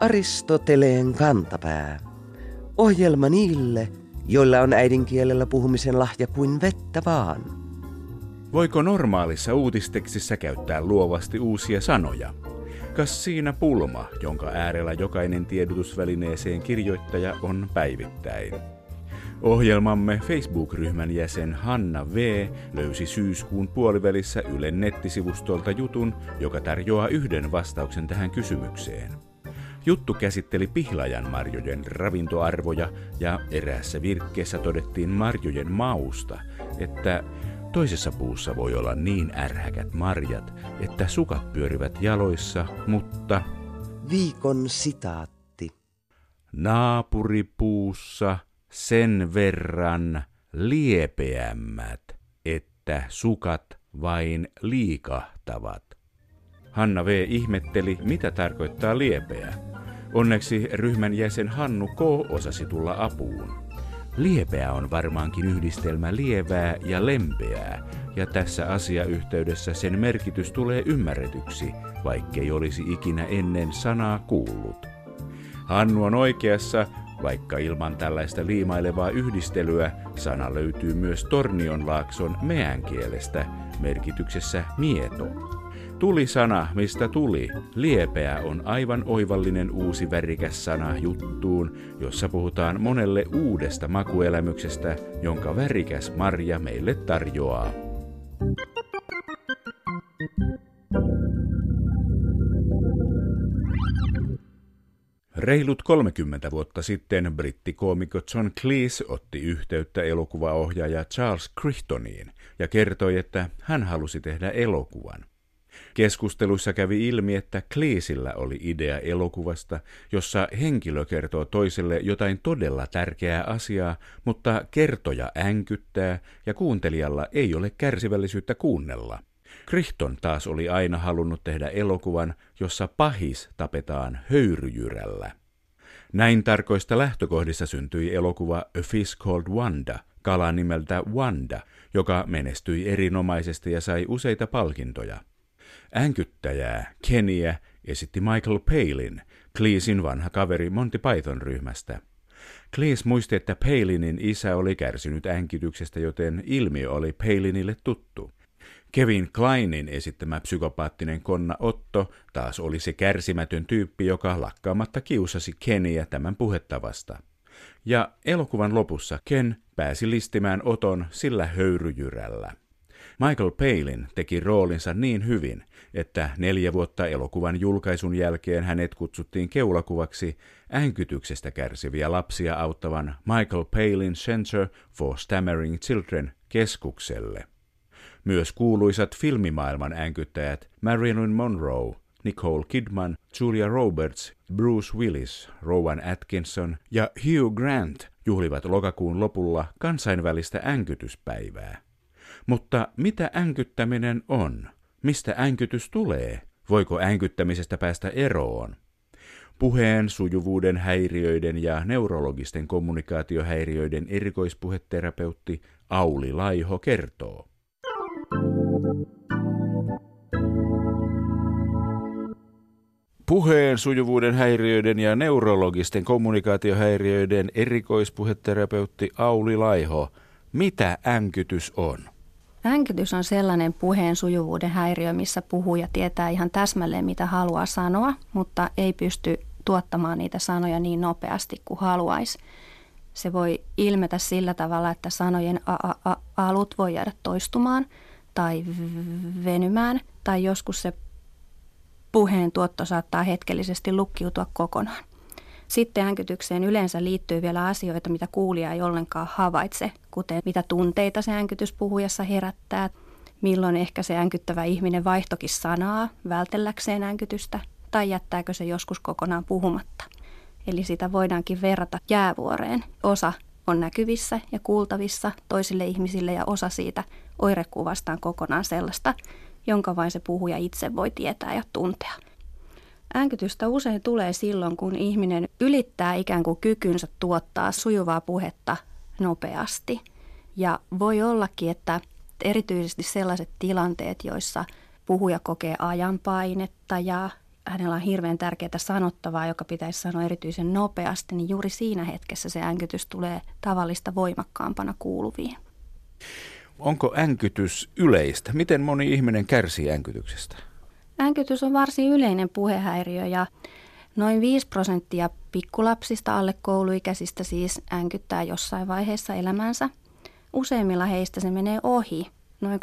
Aristoteleen kantapää. Ohjelma niille, joilla on äidinkielellä puhumisen lahja kuin vettä vaan. Voiko normaalissa uutistekstissä käyttää luovasti uusia sanoja? Kas siinä pulma, jonka äärellä jokainen tiedotusvälineeseen kirjoittaja on päivittäin? Ohjelmamme Facebook-ryhmän jäsen Hanna V. löysi syyskuun puolivälissä Ylen nettisivustolta jutun, joka tarjoaa yhden vastauksen tähän kysymykseen. Juttu käsitteli pihlajan marjojen ravintoarvoja ja eräässä virkkeessä todettiin marjojen mausta, että toisessa puussa voi olla niin ärhäkät marjat, että sukat pyörivät jaloissa, mutta Viikon sitaatti. naapuripuussa sen verran liepeämmät, että sukat vain liikahtavat. Hanna V. ihmetteli, mitä tarkoittaa liepeä. Onneksi ryhmän jäsen Hannu K. osasi tulla apuun. Liepeä on varmaankin yhdistelmä lievää ja lempeää, ja tässä asiayhteydessä sen merkitys tulee ymmärretyksi, vaikkei olisi ikinä ennen sanaa kuullut. Hannu on oikeassa, vaikka ilman tällaista liimailevaa yhdistelyä sana löytyy myös Tornionlaakson meänkielestä merkityksessä mieto. Tuli-sana, mistä tuli. Liepeä on aivan oivallinen uusi värikäs sana juttuun, jossa puhutaan monelle uudesta makuelämyksestä, jonka värikäs marja meille tarjoaa. Reilut 30 vuotta sitten brittikoomikko John Cleese otti yhteyttä elokuvaohjaaja Charles Crichtoniin ja kertoi, että hän halusi tehdä elokuvan. Keskusteluissa kävi ilmi, että Cleesellä oli idea elokuvasta, jossa henkilö kertoo toiselle jotain todella tärkeää asiaa, mutta kertoja änkyttää ja kuuntelijalla ei ole kärsivällisyyttä kuunnella. Crichton taas oli aina halunnut tehdä elokuvan, jossa pahis tapetaan höyryjyrällä. Näin tarkoista lähtökohdissa syntyi elokuva A Fish Called Wanda, kala nimeltä Wanda, joka menestyi erinomaisesti ja sai useita palkintoja. Änkyttäjää, Keniä, esitti Michael Palin, Cleesin vanha kaveri Monty Python-ryhmästä. Cleese muisti, että Palinin isä oli kärsinyt änkytyksestä, joten ilmiö oli Palinille tuttu. Kevin Klinin esittämä psykopaattinen konna Otto taas oli se kärsimätön tyyppi, joka lakkaamatta kiusasi Keniä tämän puhettavasta. Ja elokuvan lopussa Ken pääsi listimään Oton sillä höyryjyrällä. Michael Palin teki roolinsa niin hyvin, että 4 vuotta elokuvan julkaisun jälkeen hänet kutsuttiin keulakuvaksi änkytyksestä kärsiviä lapsia auttavan Michael Palin Center for Stammering Children -keskukselle. Myös kuuluisat filmimaailman änkyttäjät Marilyn Monroe, Nicole Kidman, Julia Roberts, Bruce Willis, Rowan Atkinson ja Hugh Grant juhlivat lokakuun lopulla kansainvälistä änkytyspäivää. Mutta mitä änkyttäminen on? Mistä änkytys tulee? Voiko änkyttämisestä päästä eroon? Puheen sujuvuuden häiriöiden ja neurologisten kommunikaatiohäiriöiden erikoispuheterapeutti Auli Laiho kertoo. Puheen sujuvuuden häiriöiden ja neurologisten kommunikaatiohäiriöiden erikoispuheterapeutti Auli Laiho. Mitä änkytys on? Änkytys on sellainen puheen sujuvuuden häiriö, missä puhuja tietää ihan täsmälleen, mitä haluaa sanoa, mutta ei pysty tuottamaan niitä sanoja niin nopeasti kuin haluaisi. Se voi ilmetä sillä tavalla, että sanojen alut voi jäädä toistumaan tai venymään, tai joskus se puheen tuotto saattaa hetkellisesti lukkiutua kokonaan. Sitten änkytykseen yleensä liittyy vielä asioita, mitä kuulija ei ollenkaan havaitse, kuten mitä tunteita se änkytys puhujassa herättää, milloin ehkä se änkyttävä ihminen vaihtokin sanaa vältelläkseen änkytystä, tai jättääkö se joskus kokonaan puhumatta. Eli sitä voidaankin verrata jäävuoreen. Osa on näkyvissä ja kuultavissa toisille ihmisille ja osa siitä oirekuvastaan kokonaan sellaista, jonka vain se puhuja itse voi tietää ja tuntea. Änkytystä usein tulee silloin, kun ihminen ylittää ikään kuin kykynsä tuottaa sujuvaa puhetta nopeasti. Ja voi ollakin, että erityisesti sellaiset tilanteet, joissa puhuja kokee ajanpainetta ja hänellä on hirveän tärkeää sanottavaa, joka pitäisi sanoa erityisen nopeasti, niin juuri siinä hetkessä se änkytys tulee tavallista voimakkaampana kuuluviin. Onko änkytys yleistä? Miten moni ihminen kärsii änkytyksestä? Änkytys on varsin yleinen puhehäiriö ja noin 5% pikkulapsista alle kouluikäisistä siis änkyttää jossain vaiheessa elämänsä. Useimmilla heistä se menee ohi. Noin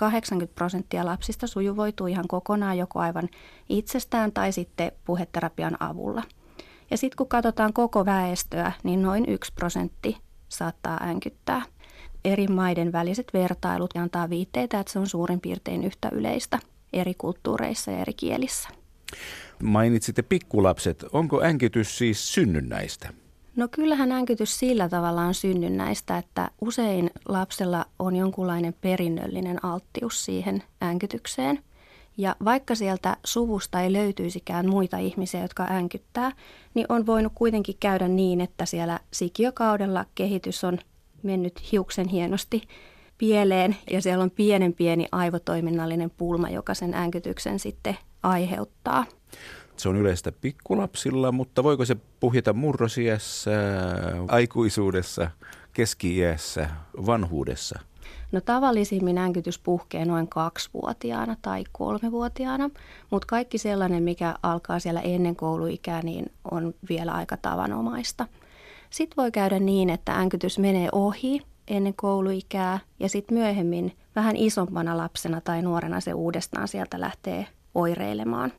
80% lapsista sujuvoituu ihan kokonaan joko aivan itsestään tai sitten puheterapian avulla. Ja sitten kun katsotaan koko väestöä, niin noin 1% saattaa änkyttää. Eri maiden väliset vertailut antaa viitteitä, että se on suurin piirtein yhtä yleistä eri kulttuureissa ja eri kielissä. Mainitsitte pikkulapset. Onko änkytys siis synnynnäistä? No kyllähän änkytys sillä tavalla on synnynnäistä, että usein lapsella on jonkunlainen perinnöllinen alttius siihen änkytykseen. Ja vaikka sieltä suvusta ei löytyisikään muita ihmisiä, jotka änkyttää, niin on voinut kuitenkin käydä niin, että siellä sikiökaudella kehitys on mennyt hiuksen hienosti pieleen ja siellä on pieni aivotoiminnallinen pulma, joka sen änkytyksen sitten aiheuttaa. Se on yleistä pikkulapsilla, mutta voiko se puhjeta murrosiässä, aikuisuudessa, keski-iässä, vanhuudessa? No tavallisimmin änkytys puhkee noin 2-vuotiaana tai 3-vuotiaana, mutta kaikki sellainen, mikä alkaa siellä ennen kouluikää, niin on vielä aika tavanomaista. Sitten voi käydä niin, että änkytys menee ohi ennen kouluikää ja sitten myöhemmin vähän isompana lapsena tai nuorena se uudestaan sieltä lähtee oireilemaan.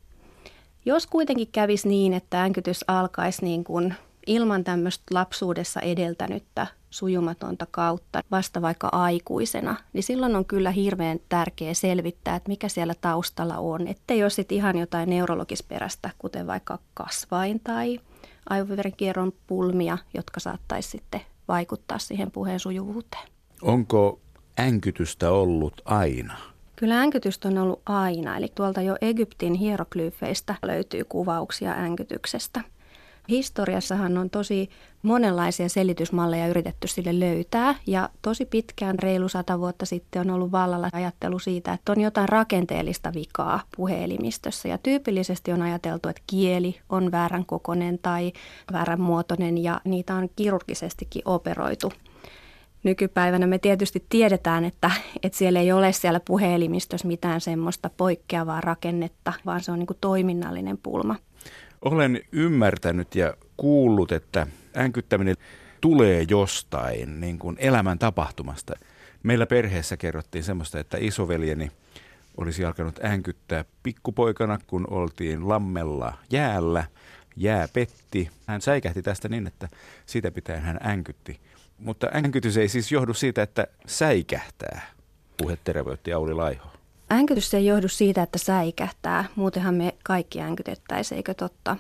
Jos kuitenkin kävisi niin, että änkytys alkaisi niin kuin ilman tämmöistä lapsuudessa edeltänyttä sujumatonta kautta vasta vaikka aikuisena, niin silloin on kyllä hirveän tärkeää selvittää, että mikä siellä taustalla on. Ettei ole sitten ihan jotain neurologisperäistä, kuten vaikka kasvain tai aivoverenkierron pulmia, jotka saattaisi sitten vaikuttaa siihen puheen sujuvuuteen. Onko änkytystä ollut aina? Kyllä änkytystä on ollut aina, eli tuolta jo Egyptin hieroglyyfeistä löytyy kuvauksia änkytyksestä. Historiassahan on tosi monenlaisia selitysmalleja yritetty sille löytää ja tosi pitkään, reilu 100 vuotta sitten on ollut vallalla ajattelu siitä, että on jotain rakenteellista vikaa puheelimistössä ja tyypillisesti on ajateltu, että kieli on väärän kokoinen tai väärän muotoinen ja niitä on kirurgisestikin operoitu. Nykypäivänä me tietysti tiedetään, että siellä ei ole siellä puheelimistössä mitään semmoista poikkeavaa rakennetta, vaan se on niin kuin toiminnallinen pulma. Olen ymmärtänyt ja kuullut, että änkyttäminen tulee jostain niin kuin elämän tapahtumasta. Meillä perheessä kerrottiin semmoista, että isoveljeni olisi alkanut änkyttää pikkupoikana, kun oltiin lammella jäällä. Jää petti. Hän säikähti tästä niin, että siitä pitäen hän änkytti. Mutta änkytys ei siis johdu siitä, että säikähtää, puheterapeutti Auli Laiho. Änkytys ei johdu siitä, että säikähtää. Muutenhan me kaikki änkytettäisiin, eikö totta?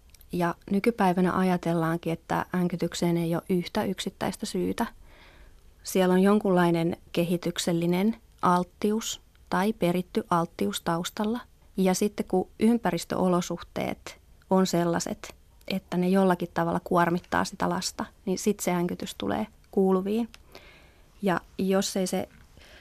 Ja nykypäivänä ajatellaankin, että änkytykseen ei ole yhtä yksittäistä syytä. Siellä on jonkunlainen kehityksellinen alttius tai peritty alttius taustalla. Ja sitten kun ympäristöolosuhteet on sellaiset, että ne jollakin tavalla kuormittaa sitä lasta, niin sitten se änkytys tulee kuuluviin. Ja jos ei se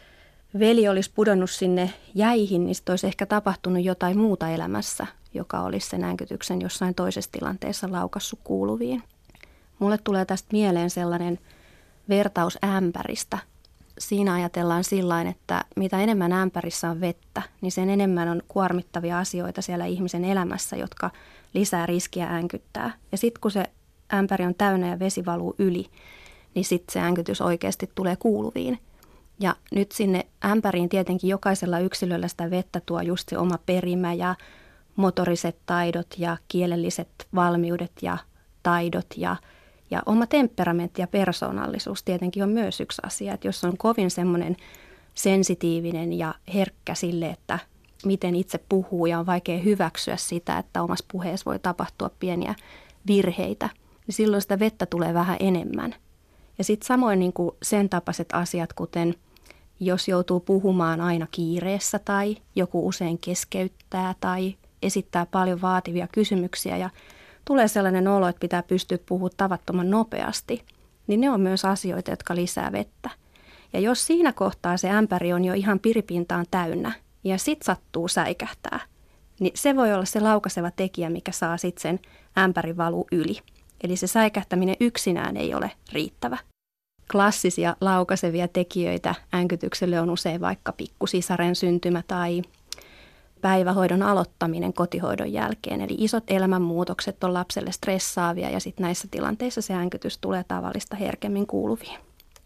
veli olisi pudonnut sinne jäihin, niin olisi ehkä tapahtunut jotain muuta elämässä, joka olisi sen änkytyksen jossain toisessa tilanteessa laukassut kuuluviin. Mulle tulee tästä mieleen sellainen vertaus ämpäristä. Siinä ajatellaan sillain, että mitä enemmän ämpärissä on vettä, niin sen enemmän on kuormittavia asioita siellä ihmisen elämässä, jotka lisää riskiä änkyttää. Ja sitten kun se ämpäri on täynnä ja vesi valuu yli, niin sitten se änkytys oikeasti tulee kuuluviin. Ja nyt sinne ämpäriin tietenkin jokaisella yksilöllä sitä vettä tuo just se oma perimä ja motoriset taidot ja kielelliset valmiudet ja taidot ja oma temperamentti ja persoonallisuus tietenkin on myös yksi asia. Että jos on kovin semmoinen sensitiivinen ja herkkä sille, että miten itse puhuu ja on vaikea hyväksyä sitä, että omassa puheessa voi tapahtua pieniä virheitä, niin silloin sitä vettä tulee vähän enemmän. Ja sitten samoin niin kuin sen tapaiset asiat, kuten jos joutuu puhumaan aina kiireessä tai joku usein keskeyttää tai esittää paljon vaativia kysymyksiä ja tulee sellainen olo, että pitää pystyä puhumaan tavattoman nopeasti, niin ne on myös asioita, jotka lisää vettä. Ja jos siinä kohtaa se ämpäri on jo ihan piripintaan täynnä ja sit sattuu säikähtää, niin se voi olla se laukaiseva tekijä, mikä saa sitten sen ämpärin valuu yli. Eli se säikähtäminen yksinään ei ole riittävä. Klassisia laukaisevia tekijöitä änkytykselle on usein vaikka pikkusisaren syntymä tai päivähoidon aloittaminen kotihoidon jälkeen. Eli isot elämänmuutokset on lapselle stressaavia ja sitten näissä tilanteissa se änkytys tulee tavallista herkemmin kuuluviin.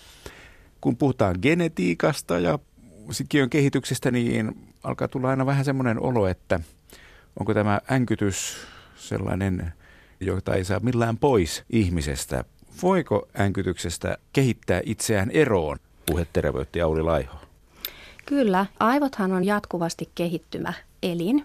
Kun puhutaan genetiikasta ja sikiön kehityksestä, niin alkaa tulla aina vähän semmoinen olo, että onko tämä änkytys sellainen, jota ei saa millään pois ihmisestä. Voiko änkytyksestä kehittää itseään eroon? Puheterapeutti Auli Laiho. Kyllä, aivothan on jatkuvasti kehittymä elin.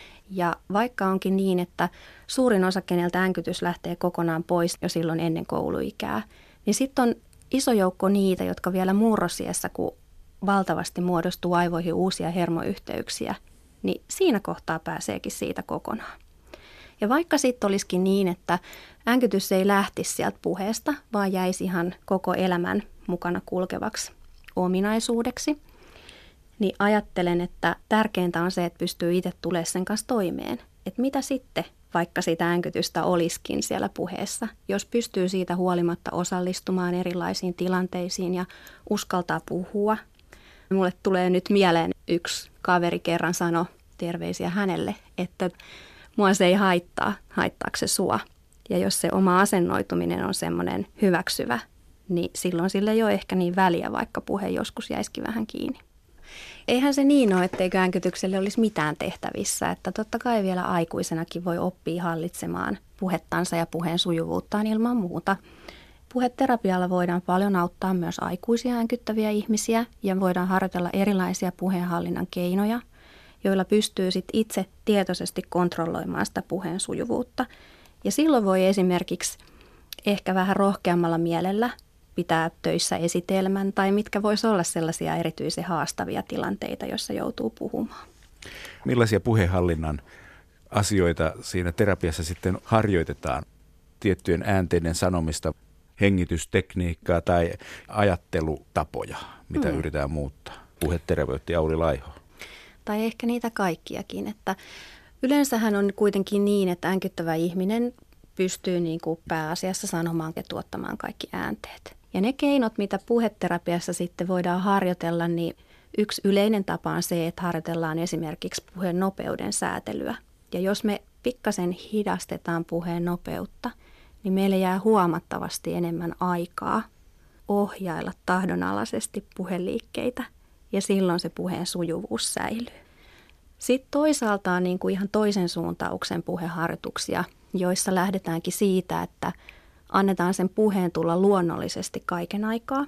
Ja vaikka onkin niin, että suurin osa, keneltä änkytys lähtee kokonaan pois jo silloin ennen kouluikää, niin sitten on iso joukko niitä, jotka vielä murrosiässä, kun valtavasti muodostuu aivoihin uusia hermoyhteyksiä, niin siinä kohtaa pääseekin siitä kokonaan. Ja vaikka sitten olisikin niin, että änkytys ei lähtisi sieltä puheesta, vaan jäisi ihan koko elämän mukana kulkevaksi ominaisuudeksi, niin ajattelen, että tärkeintä on se, että pystyy itse tulemaan sen kanssa toimeen. Että mitä sitten, vaikka sitä änkytystä olisikin siellä puheessa, jos pystyy siitä huolimatta osallistumaan erilaisiin tilanteisiin ja uskaltaa puhua. Mulle tulee nyt mieleen yksi kaveri kerran sanoi, terveisiä hänelle, että mua se ei haittaako se sua. Ja jos se oma asennoituminen on semmoinen hyväksyvä, niin silloin sille ei ole ehkä niin väliä, vaikka puhe joskus jäisikin vähän kiinni. Eihän se niin ole, etteikö änkytykselle olisi mitään tehtävissä, että totta kai vielä aikuisenakin voi oppia hallitsemaan puhettansa ja puheen sujuvuuttaan ilman muuta. Puheterapialla voidaan paljon auttaa myös aikuisia änkyttäviä ihmisiä ja voidaan harjoitella erilaisia puheenhallinnan keinoja, joilla pystyy sit itse tietoisesti kontrolloimaan sitä puheen sujuvuutta. Ja silloin voi esimerkiksi ehkä vähän rohkeammalla mielellä pitää töissä esitelmän tai mitkä voisi olla sellaisia erityisen haastavia tilanteita, joissa joutuu puhumaan. Millaisia puheenhallinnan asioita siinä terapiassa sitten harjoitetaan? Tiettyjen äänteiden sanomista, hengitystekniikkaa tai ajattelutapoja, mitä yritetään muuttaa? Puheterapeutti Auli Laiho. Tai ehkä niitä kaikkiakin, että yleensähän on kuitenkin niin, että änkyttävä ihminen pystyy niin kuin pääasiassa sanomaan ja tuottamaan kaikki äänteet. Ja ne keinot, mitä puheterapiassa sitten voidaan harjoitella, niin yksi yleinen tapa on se, että harjoitellaan esimerkiksi puheen nopeuden säätelyä. Ja jos me pikkasen hidastetaan puheen nopeutta, niin meille jää huomattavasti enemmän aikaa ohjailla tahdonalaisesti puheliikkeitä ja silloin se puheen sujuvuus säilyy. Sitten toisaalta on niin kuin ihan toisen suuntauksen puheharjoituksia, joissa lähdetäänkin siitä, että annetaan sen puheen tulla luonnollisesti kaiken aikaa.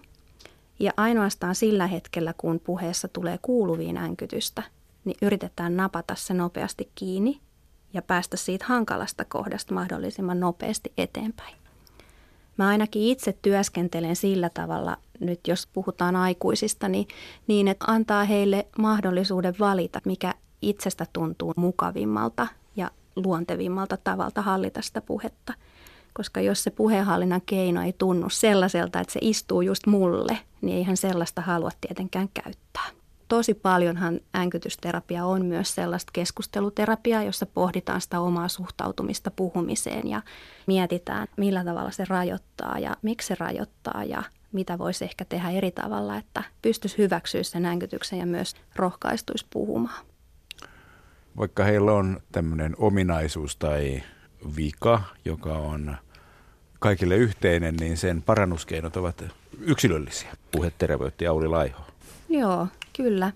Ja ainoastaan sillä hetkellä, kun puheessa tulee kuuluviin änkytystä, niin yritetään napata se nopeasti kiinni ja päästä siitä hankalasta kohdasta mahdollisimman nopeasti eteenpäin. Mä ainakin itse työskentelen sillä tavalla, nyt jos puhutaan aikuisista, niin että antaa heille mahdollisuuden valita, mikä itsestä tuntuu mukavimmalta ja luontevimmalta tavalta hallita sitä puhetta. Koska jos se puheenhallinnan keino ei tunnu sellaiselta, että se istuu just mulle, niin eihän sellaista halua tietenkään käyttää. Tosi paljonhan änkytysterapia on myös sellaista keskusteluterapiaa, jossa pohditaan sitä omaa suhtautumista puhumiseen ja mietitään, millä tavalla se rajoittaa ja miksi se rajoittaa ja mitä voisi ehkä tehdä eri tavalla, että pystyisi hyväksyä sen änkytyksen ja myös rohkaistuisi puhumaan. Vaikka heillä on tämmöinen ominaisuus tai vika, joka on kaikille yhteinen, niin sen parannuskeinot ovat yksilöllisiä. Puheterapeutti Auli Laiho. Joo, kyllä.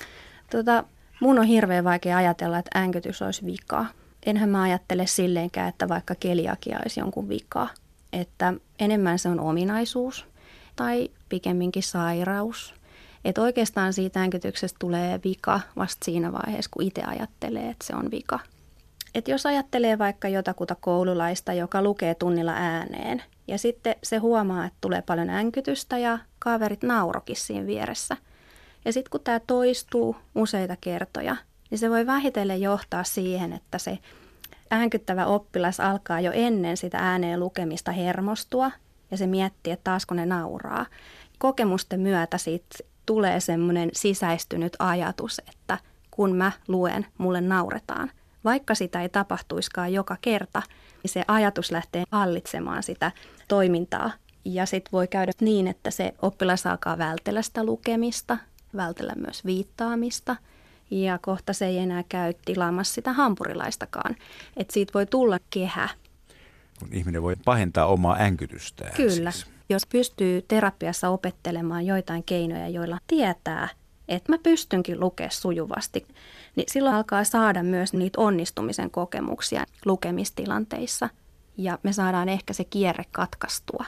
Mun on hirveän vaikea ajatella, että änkytys olisi vika. Enhän mä ajattele silleenkään, että vaikka keliakia olisi jonkun vika. Että enemmän se on ominaisuus tai pikemminkin sairaus. Että oikeastaan siitä änkytyksestä tulee vika vasta siinä vaiheessa, kun itse ajattelee, että se on vika. Että jos ajattelee vaikka jotakuta koululaista, joka lukee tunnilla ääneen ja sitten se huomaa, että tulee paljon änkytystä ja kaverit naurokin siinä vieressä. Ja sitten kun tämä toistuu useita kertoja, niin se voi vähitellen johtaa siihen, että se änkyttävä oppilas alkaa jo ennen sitä ääneen lukemista hermostua ja se miettii, että taasko ne nauraa. Kokemusten myötä siitä tulee semmoinen sisäistynyt ajatus, että kun mä luen, mulle nauretaan. Vaikka sitä ei tapahtuiskaan joka kerta, niin se ajatus lähtee hallitsemaan sitä toimintaa. Ja sitten voi käydä niin, että se oppilas alkaa vältellä sitä lukemista, vältellä myös viittaamista. Ja kohta se ei enää käy tilaamassa sitä hampurilaistakaan. Että siitä voi tulla kehä. Kun ihminen voi pahentaa omaa änkytystään. Kyllä. Siis. Jos pystyy terapiassa opettelemaan joitain keinoja, joilla tietää, että mä pystynkin lukemaan sujuvasti, niin silloin alkaa saada myös niitä onnistumisen kokemuksia lukemistilanteissa. Ja me saadaan ehkä se kierre katkaistua.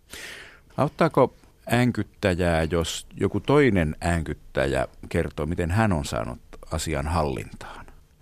Auttaako änkyttäjää, jos joku toinen änkyttäjä kertoo, miten hän on saanut asian hallintaan?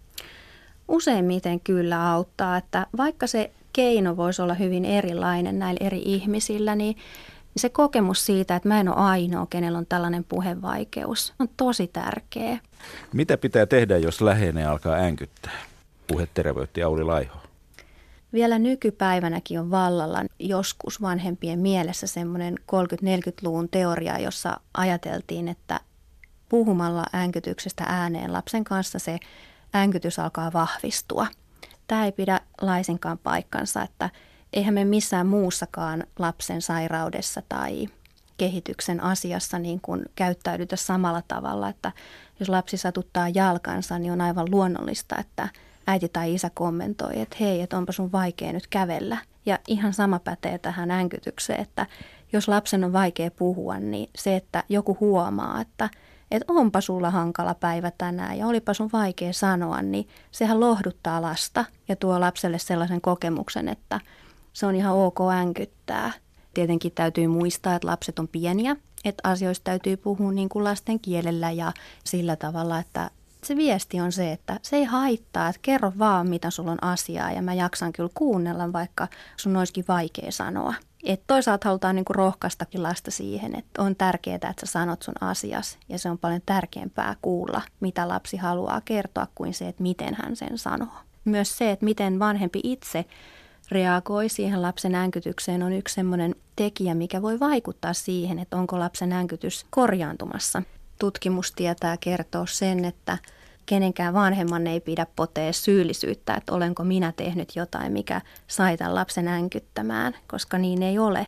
Useimmiten kyllä auttaa, että vaikka se keino voisi olla hyvin erilainen näillä eri ihmisillä, niin se kokemus siitä, että mä en ole ainoa, kenellä on tällainen puhevaikeus, on tosi tärkeä. Mitä pitää tehdä, jos läheinen alkaa änkyttää? Puheterapeutti Auli Laiho. Vielä nykypäivänäkin on vallalla joskus vanhempien mielessä semmoinen 30-40-luvun teoria, jossa ajateltiin, että puhumalla änkytyksestä ääneen lapsen kanssa se änkytys alkaa vahvistua. Tämä ei pidä laisinkaan paikkansa, että eihän me missään muussakaan lapsen sairaudessa tai kehityksen asiassa niin kuin käyttäydytä samalla tavalla, että jos lapsi satuttaa jalkansa, niin on aivan luonnollista, että äiti tai isä kommentoi, että hei, että onpa sun vaikea nyt kävellä. Ja ihan sama pätee tähän änkytykseen, että jos lapsen on vaikea puhua, niin se, että joku huomaa, että onpa sulla hankala päivä tänään ja olipa sun vaikea sanoa, niin sehän lohduttaa lasta ja tuo lapselle sellaisen kokemuksen, että se on ihan ok änkyttää. Tietenkin täytyy muistaa, että lapset on pieniä, että asioista täytyy puhua niin kuin lasten kielellä ja sillä tavalla, että se viesti on se, että se ei haittaa, että kerro vaan, mitä sulla on asiaa ja mä jaksan kyllä kuunnella, vaikka sun olisikin vaikea sanoa. Et toisaalta halutaan niinku rohkaistakin lasta siihen, että on tärkeää, että sä sanot sun asias ja se on paljon tärkeämpää kuulla, mitä lapsi haluaa kertoa, kuin se, että miten hän sen sanoo. Myös se, että miten vanhempi itse reagoi siihen lapsen änkytykseen, on yksi semmoinen tekijä, mikä voi vaikuttaa siihen, että onko lapsen änkytys korjaantumassa. Tutkimus tietää kertoa sen, että kenenkään vanhemman ei pidä potea syyllisyyttä, että olenko minä tehnyt jotain, mikä sai tämän lapsen änkyttämään, koska niin ei ole.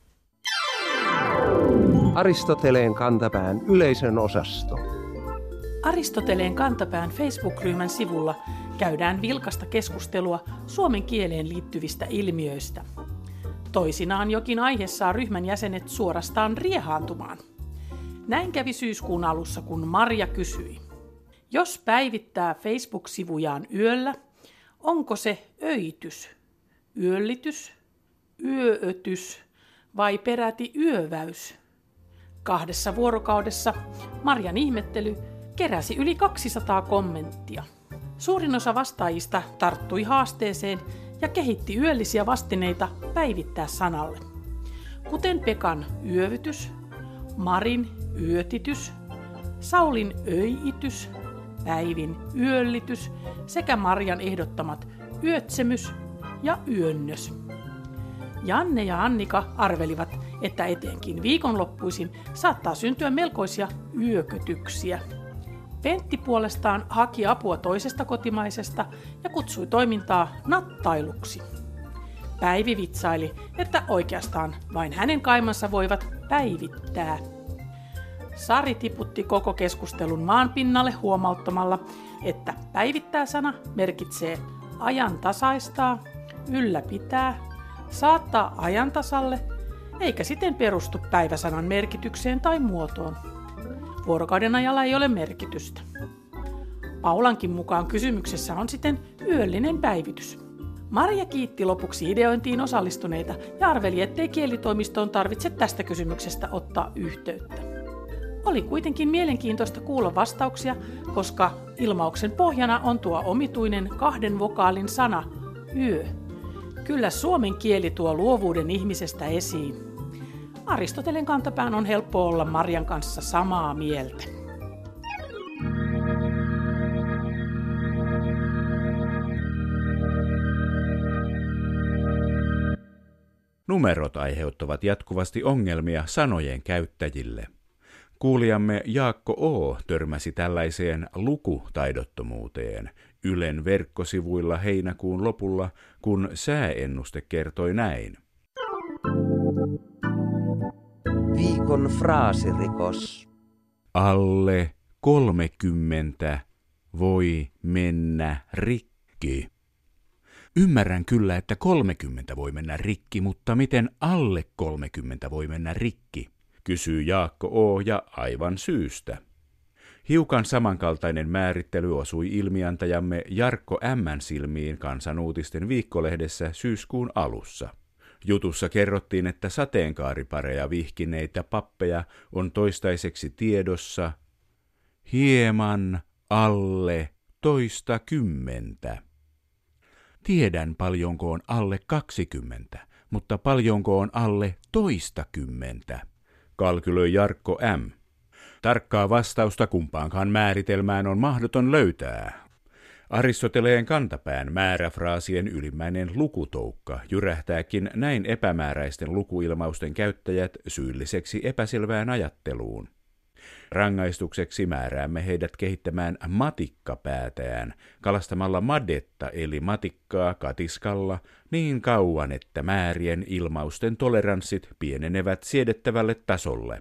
Aristoteleen kantapään yleisön osasto. Aristoteleen kantapään Facebook-ryhmän sivulla käydään vilkasta keskustelua suomen kieleen liittyvistä ilmiöistä. Toisinaan jokin aihe saa ryhmän jäsenet suorastaan riehaantumaan. Näin kävi syyskuun alussa, kun Marja kysyi. Jos päivittää Facebook-sivujaan yöllä, onko se öitys, yöllitys, yöötys vai peräti yöväys? 2 vuorokaudessa Marjan ihmettely keräsi yli 200 kommenttia. Suurin osa vastaajista tarttui haasteeseen ja kehitti yöllisiä vastineita päivittää sanalle, kuten Pekan yövytys, Marin yötitys, Saulin öiitys, Päivin yöllitys sekä Marjan ehdottamat yötsemys ja yönnös. Janne ja Annika arvelivat, että etenkin viikonloppuisin saattaa syntyä melkoisia yökötyksiä. Pentti puolestaan haki apua toisesta kotimaisesta ja kutsui toimintaa nattailuksi. Päivi vitsaili, että oikeastaan vain hänen kaimansa voivat päivittää. Sari tiputti koko keskustelun maanpinnalle huomauttamalla, että päivittää-sana merkitsee ajantasaistaa, ylläpitää, saattaa ajantasalle, eikä siten perustu päiväsanan merkitykseen tai muotoon. Vuorokauden ajalla ei ole merkitystä. Paulankin mukaan kysymyksessä on siten yöllinen päivitys. Marja kiitti lopuksi ideointiin osallistuneita ja arveli, ettei kielitoimistoon tarvitse tästä kysymyksestä ottaa yhteyttä. Oli kuitenkin mielenkiintoista kuulla vastauksia, koska ilmauksen pohjana on tuo omituinen 2 vokaalin sana yö. Kyllä suomen kieli tuo luovuuden ihmisestä esiin. Aristoteleen kantapään on helppo olla Marjan kanssa samaa mieltä. Numerot aiheuttavat jatkuvasti ongelmia sanojen käyttäjille. Kuulijamme Jaakko O. törmäsi tällaiseen lukutaidottomuuteen Ylen verkkosivuilla heinäkuun lopulla, kun sääennuste kertoi näin. Viikon fraasirikos. Alle 30 voi mennä rikki. Ymmärrän kyllä, että 30 voi mennä rikki, mutta miten alle 30 voi mennä rikki? Kysyy Jaakko O. ja aivan syystä. Hiukan samankaltainen määrittely osui ilmiantajamme Jarkko M. silmiin Kansan Uutisten viikkolehdessä syyskuun alussa. Jutussa kerrottiin, että sateenkaaripareja vihkineitä pappeja on toistaiseksi tiedossa hieman alle 20. Tiedän paljonko on alle 20, mutta paljonko on alle 20, kalkyloi Jarkko M. Tarkkaa vastausta kumpaankaan määritelmään on mahdoton löytää. Aristoteleen kantapään määräfraasien ylimmäinen lukutoukka jyrähtääkin näin epämääräisten lukuilmausten käyttäjät syylliseksi epäselvään ajatteluun. Rangaistukseksi määräämme heidät kehittämään matikkapäätään kalastamalla madetta eli matikkaa katiskalla niin kauan, että määrien ilmausten toleranssit pienenevät siedettävälle tasolle.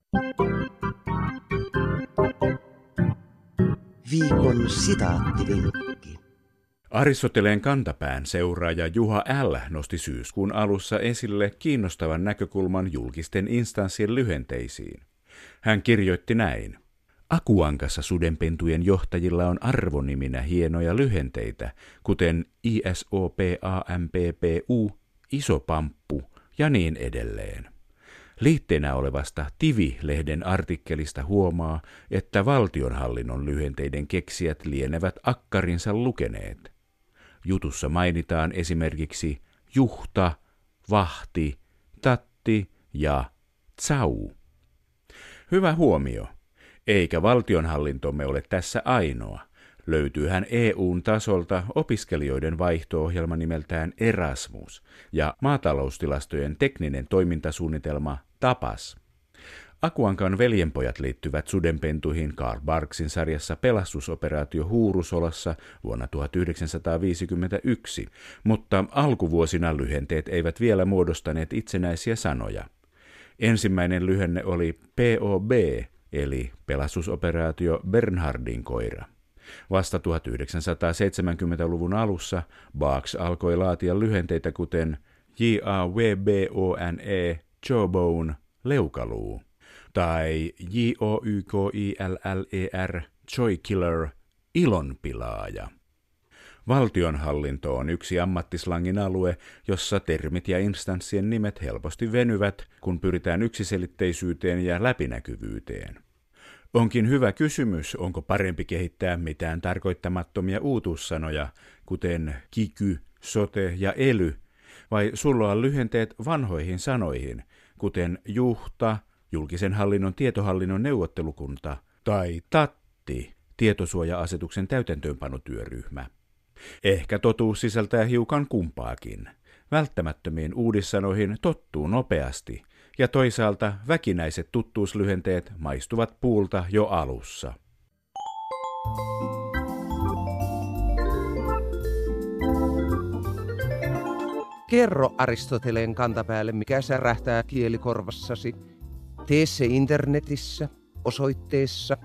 Viikon sitaattivinkki. Aristoteleen kantapään seuraaja Juha L. nosti syyskuun alussa esille kiinnostavan näkökulman julkisten instanssien lyhenteisiin. Hän kirjoitti näin. Akuankassa sudenpentujen johtajilla on arvoniminä hienoja lyhenteitä, kuten ISOPAMPPU, Iso Pamppu ja niin edelleen. Liitteenä olevasta Tivi-lehden artikkelista huomaa, että valtionhallinnon lyhenteiden keksijät lienevät akkarinsa lukeneet. Jutussa mainitaan esimerkiksi juhta, vahti, tatti ja tsau. Hyvä huomio. Eikä valtionhallintomme ole tässä ainoa. Löytyyhän EU:n tasolta opiskelijoiden vaihto-ohjelma nimeltään Erasmus ja maataloustilastojen tekninen toimintasuunnitelma TAPAS. Akuankan veljenpojat liittyvät sudenpentuihin Karl Barksin sarjassa Pelastusoperaatio Huurusolassa vuonna 1951, mutta alkuvuosina lyhenteet eivät vielä muodostaneet itsenäisiä sanoja. Ensimmäinen lyhenne oli POB, eli Pelastusoperaatio Bernhardin koira. Vasta 1970-luvun alussa Barks alkoi laatia lyhenteitä kuten JAWBONE, Jawbone, leukaluu, tai JOYKILLER, Joy Killer, ilonpilaaja. Valtionhallinto on yksi ammattislangin alue, jossa termit ja instanssien nimet helposti venyvät, kun pyritään yksiselitteisyyteen ja läpinäkyvyyteen. Onkin hyvä kysymys, onko parempi kehittää mitään tarkoittamattomia uutuussanoja, kuten kiky, sote ja ely, vai sulloa lyhenteet vanhoihin sanoihin, kuten juhta, julkisen hallinnon tietohallinnon neuvottelukunta, tai tatti, tietosuoja-asetuksen täytäntöönpanotyöryhmä. Ehkä totuus sisältää hiukan kumpaakin. Välttämättömiin uudissanoihin tottuu nopeasti, ja toisaalta väkinäiset tuttuuslyhenteet maistuvat puulta jo alussa. Kerro Aristoteleen kantapäälle, mikä särähtää kielikorvassasi. Tee se internetissä osoitteessa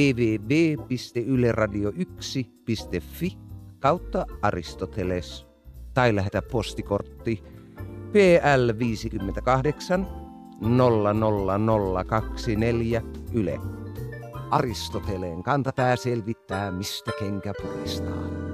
www.yleradio1.fi/Aristoteles tai lähetä postikortti PL 58 00024 Yle. Aristoteleen kantapää selvittää, mistä kenkä puristaa.